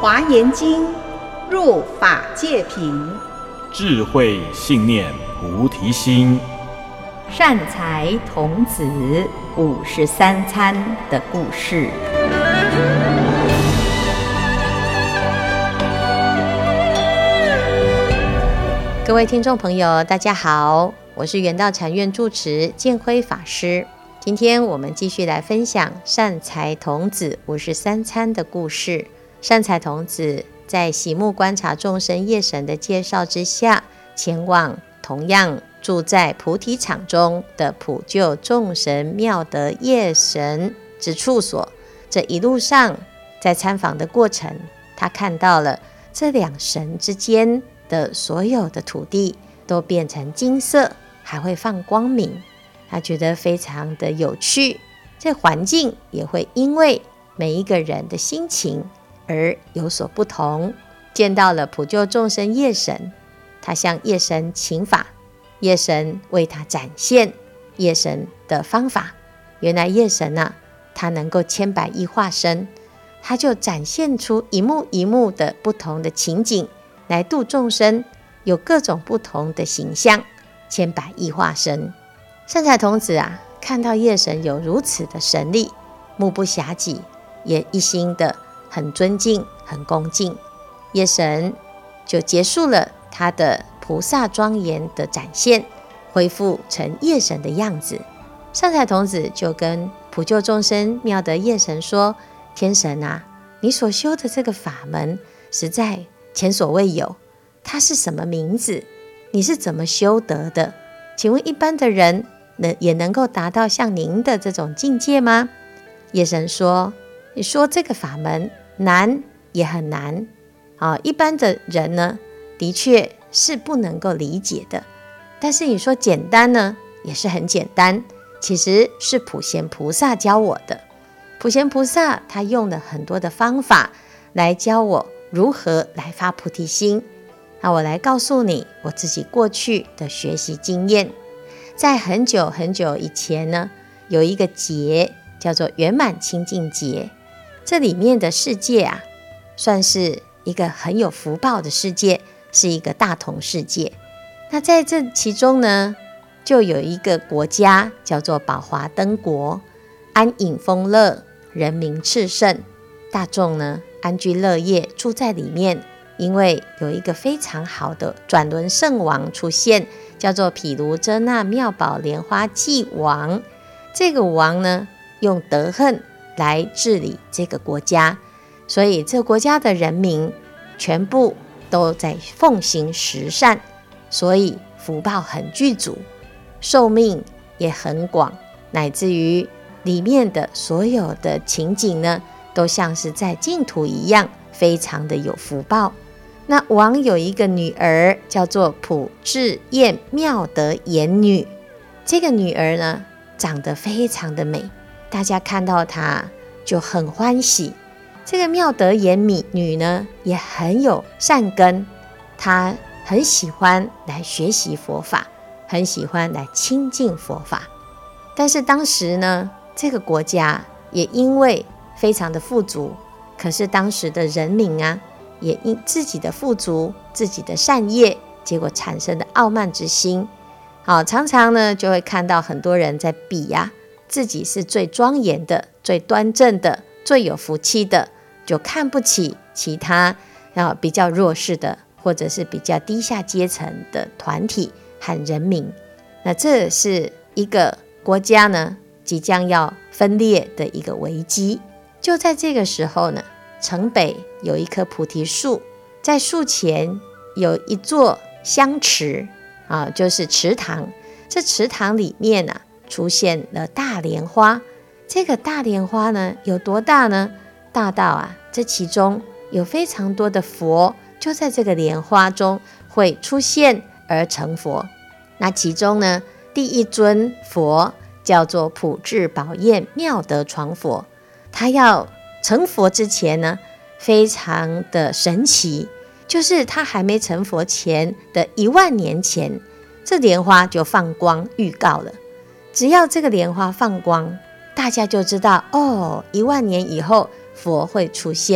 华严经入法界品， 智慧信念菩提心， 善财童子53参的故事。各位听众朋友大家好，我是圆道禅院住持建辉法师。今天我们继续来分享善财童子53参的故事。善财童子在喜目观察众生业神的介绍之下，前往同样住在菩提场中的普救众神妙德业神之处所。这一路上在参访的过程，他看到了这两神之间的所有的土地都变成金色，还会放光明，他觉得非常的有趣。这环境也会因为每一个人的心情而有所不同。见到了普救众生业神，他向业神请法，业神为他展现业神的方法。原来业神啊，他能够千百亿化身，他就展现出一幕一幕的不同的情景来度众生，有各种不同的形象，千百亿化身。善财童子啊，看到业神有如此的神力，目不暇给，也一心的很尊敬很恭敬。业神就结束了他的菩萨庄严的展现，恢复成业神的样子。善财童子就跟普救众生妙德业神说，天神啊，你所修的这个法门实在前所未有，它是什么名字？你是怎么修得的？请问一般的人也能够达到像您的这种境界吗？业神说，你说这个法门难也很难，一般的人呢，的确是不能够理解的。但是你说简单呢，也是很简单。其实是普贤菩萨教我的。普贤菩萨他用了很多的方法来教我如何来发菩提心。那我来告诉你我自己过去的学习经验。在很久很久以前呢，有一个节叫做圆满清净节。这里面的世界啊，算是一个很有福报的世界，是一个大同世界。那在这其中呢，就有一个国家叫做宝华灯国，安隐丰乐，人民炽盛，大众呢安居乐业，住在里面。因为有一个非常好的转轮圣王出现，叫做毗卢遮那妙宝莲花季王。这个王呢，用德恨来治理这个国家，所以这个国家的人民全部都在奉行十善，所以福报很具足，寿命也很广，乃至于里面的所有的情景呢，都像是在净土一样，非常的有福报。那王有一个女儿叫做普智焰妙德颜女，这个女儿呢，长得非常的美，大家看到她就很欢喜。这个妙德颜女呢，也很有善根，她很喜欢来学习佛法，很喜欢来亲近佛法。但是当时呢，这个国家也因为非常的富足，可是当时的人民啊，也因自己的富足，自己的善业，结果产生的傲慢之心。常常呢就会看到很多人在比自己是最庄严的，最端正的，最有福气的，就看不起其他比较弱势的，或者是比较低下阶层的团体和人民。那这是一个国家呢即将要分裂的一个危机。就在这个时候呢，城北有一棵菩提树，在树前有一座香池就是池塘。这池塘里面出现了大莲花。这个大莲花呢有多大呢？大到这其中有非常多的佛就在这个莲花中会出现而成佛。那其中呢，第一尊佛叫做普智宝焰妙德床佛。他要成佛之前呢，非常的神奇，就是他还没成佛前的10000年前，这莲花就放光预告了。只要这个莲花放光，大家就知道10000年以后佛会出现。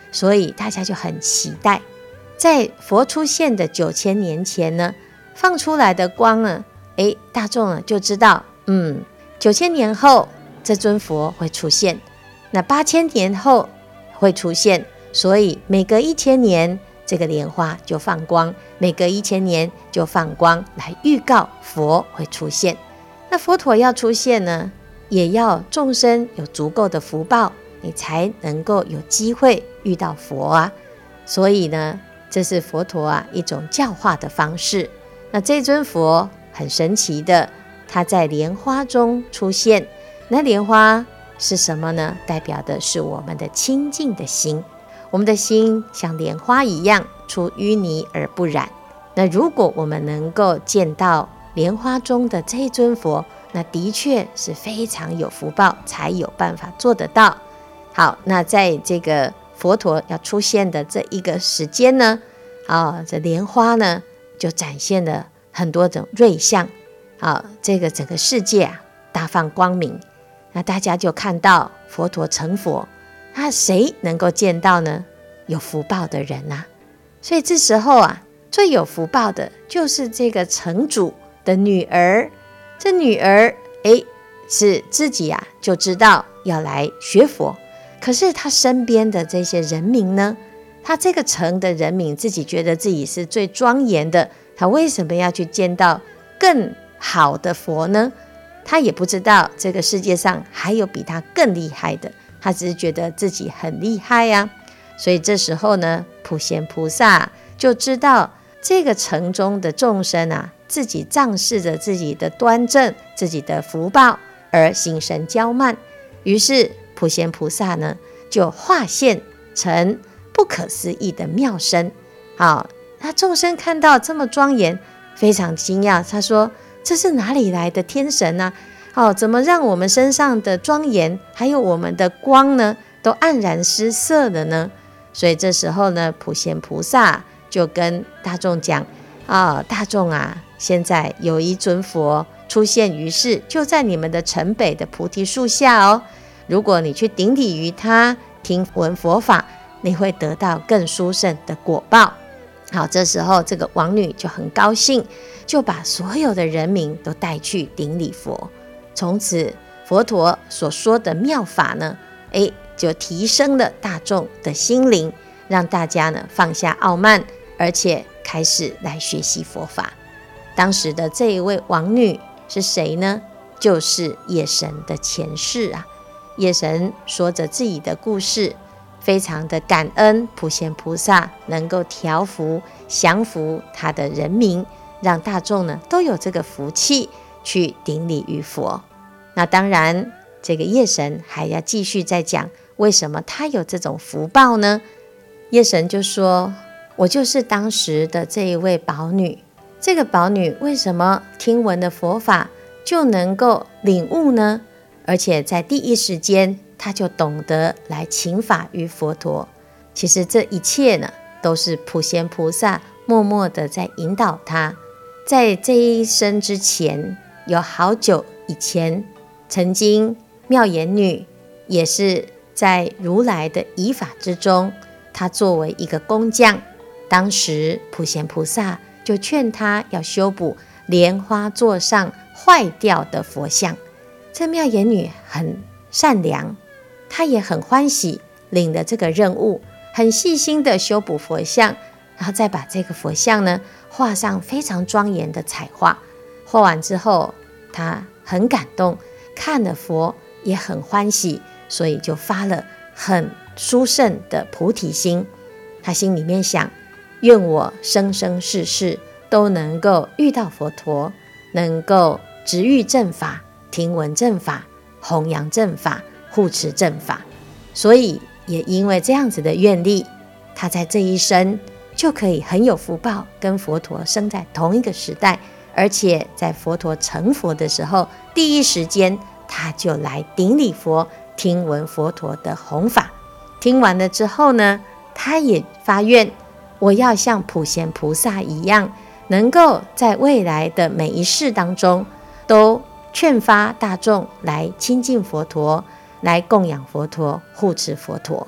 所以大家就很期待。在佛出现的9000年前呢，放出来的光呢，大众呢就知道，9000年后这尊佛会出现，那8000年后会出现，所以每隔1000年这个莲花就放光，每隔1000年就放光，来预告佛会出现。那佛陀要出现呢，也要众生有足够的福报，你才能够有机会遇到佛啊。所以呢，这是佛陀一种教化的方式。那这尊佛很神奇的，它在莲花中出现。那莲花是什么呢？代表的是我们的清净的心。我们的心像莲花一样，出淤泥而不染。那如果我们能够见到莲花中的这尊佛，那的确是非常有福报，才有办法做得到。好，那在这个佛陀要出现的这一个时间呢，这莲花呢就展现了很多种瑞相，这个整个世界大放光明。那大家就看到佛陀成佛，那谁能够见到呢？有福报的人啊。所以这时候最有福报的就是这个城主的女儿。这女儿是自己就知道要来学佛，可是他身边的这些人民呢，他这个城的人民自己觉得自己是最庄严的，他为什么要去见到更好的佛呢？他也不知道这个世界上还有比他更厉害的，他只是觉得自己很厉害呀。所以这时候呢，普贤菩萨就知道这个城中的众生自己仗势着自己的端正，自己的福报而心生骄慢。于是普贤菩萨呢，就化现成不可思议的妙身。那众生看到这么庄严，非常惊讶。他说：“这是哪里来的天神呢？怎么让我们身上的庄严，还有我们的光呢，都黯然失色了呢？”所以这时候呢，普贤菩萨就跟大众讲：“大众现在有一尊佛出现于世，就在你们的城北的菩提树下哦。如果你去顶礼于他，听闻佛法，你会得到更殊胜的果报。”好，这时候这个王女就很高兴，就把所有的人民都带去顶礼佛。从此佛陀所说的妙法呢，就提升了大众的心灵，让大家呢放下傲慢，而且开始来学习佛法。当时的这一位王女是谁呢？就是夜神的前世夜神说着自己的故事，非常的感恩普贤菩萨能够调伏降服他的人民，让大众呢都有这个福气去顶礼于佛。那当然这个夜神还要继续再讲为什么他有这种福报呢？夜神就说：“我就是当时的这一位宝女，这个宝女为什么听闻的佛法就能够领悟呢？而且在第一时间他就懂得来请法于佛陀。其实这一切呢，都是普贤菩萨默默的在引导他。在这一生之前，有好久以前，曾经妙言女也是在如来的仪法之中，她作为一个工匠。当时普贤菩萨就劝她要修补莲花座上坏掉的佛像。这妙言女很善良，她也很欢喜领了这个任务，很细心的修补佛像，然后再把这个佛像呢画上非常庄严的彩画。画完之后，她很感动，看了佛也很欢喜，所以就发了很殊胜的菩提心。她心里面想：愿我生生世世都能够遇到佛陀，能够直遇正法，听闻正法，弘扬正法，护持正法。所以也因为这样子的愿力，他在这一生就可以很有福报，跟佛陀生在同一个时代，而且在佛陀成佛的时候，第一时间他就来顶礼佛，听闻佛陀的弘法。听完了之后呢，他也发愿，我要像普贤菩萨一样，能够在未来的每一世当中都劝发大众来亲近佛陀，来供养佛陀，护持佛陀。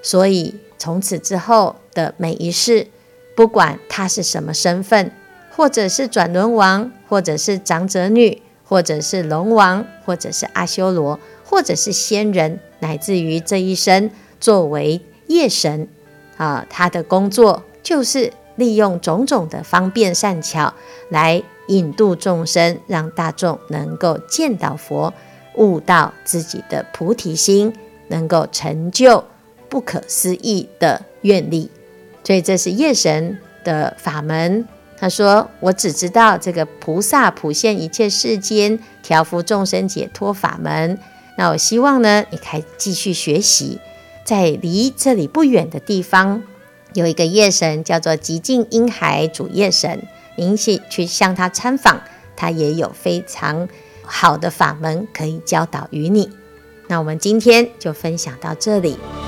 所以从此之后的每一世，不管他是什么身份，或者是转轮王，或者是长者女，或者是龙王，或者是阿修罗，或者是仙人，乃至于这一生作为夜神他的工作就是利用种种的方便善巧来引渡众生，让大众能够见到佛，悟到自己的菩提心，能够成就不可思议的愿力。所以这是夜神的法门。他说，我只知道这个菩萨普现一切世间调伏众生解脱法门，那我希望呢，你可以继续学习。在离这里不远的地方有一个夜神，叫做极尽婴孩主夜神，您去向他参访，他也有非常好的法门可以教导于你。那我们今天就分享到这里。